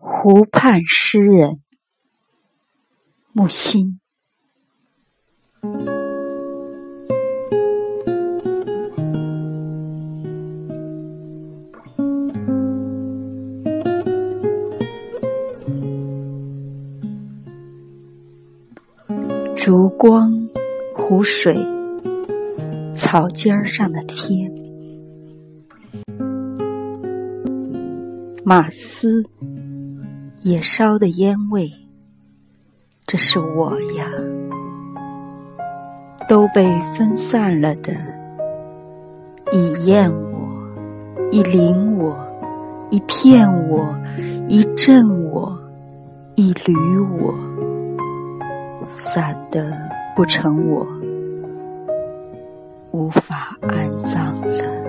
湖畔诗人木心。烛光、湖水、草尖上的天，马嘶，野烧的烟味，这是我呀，都被分散了的，一厌我，一领我，一骗我，一震我，一缕我，散得不成我，无法安葬了。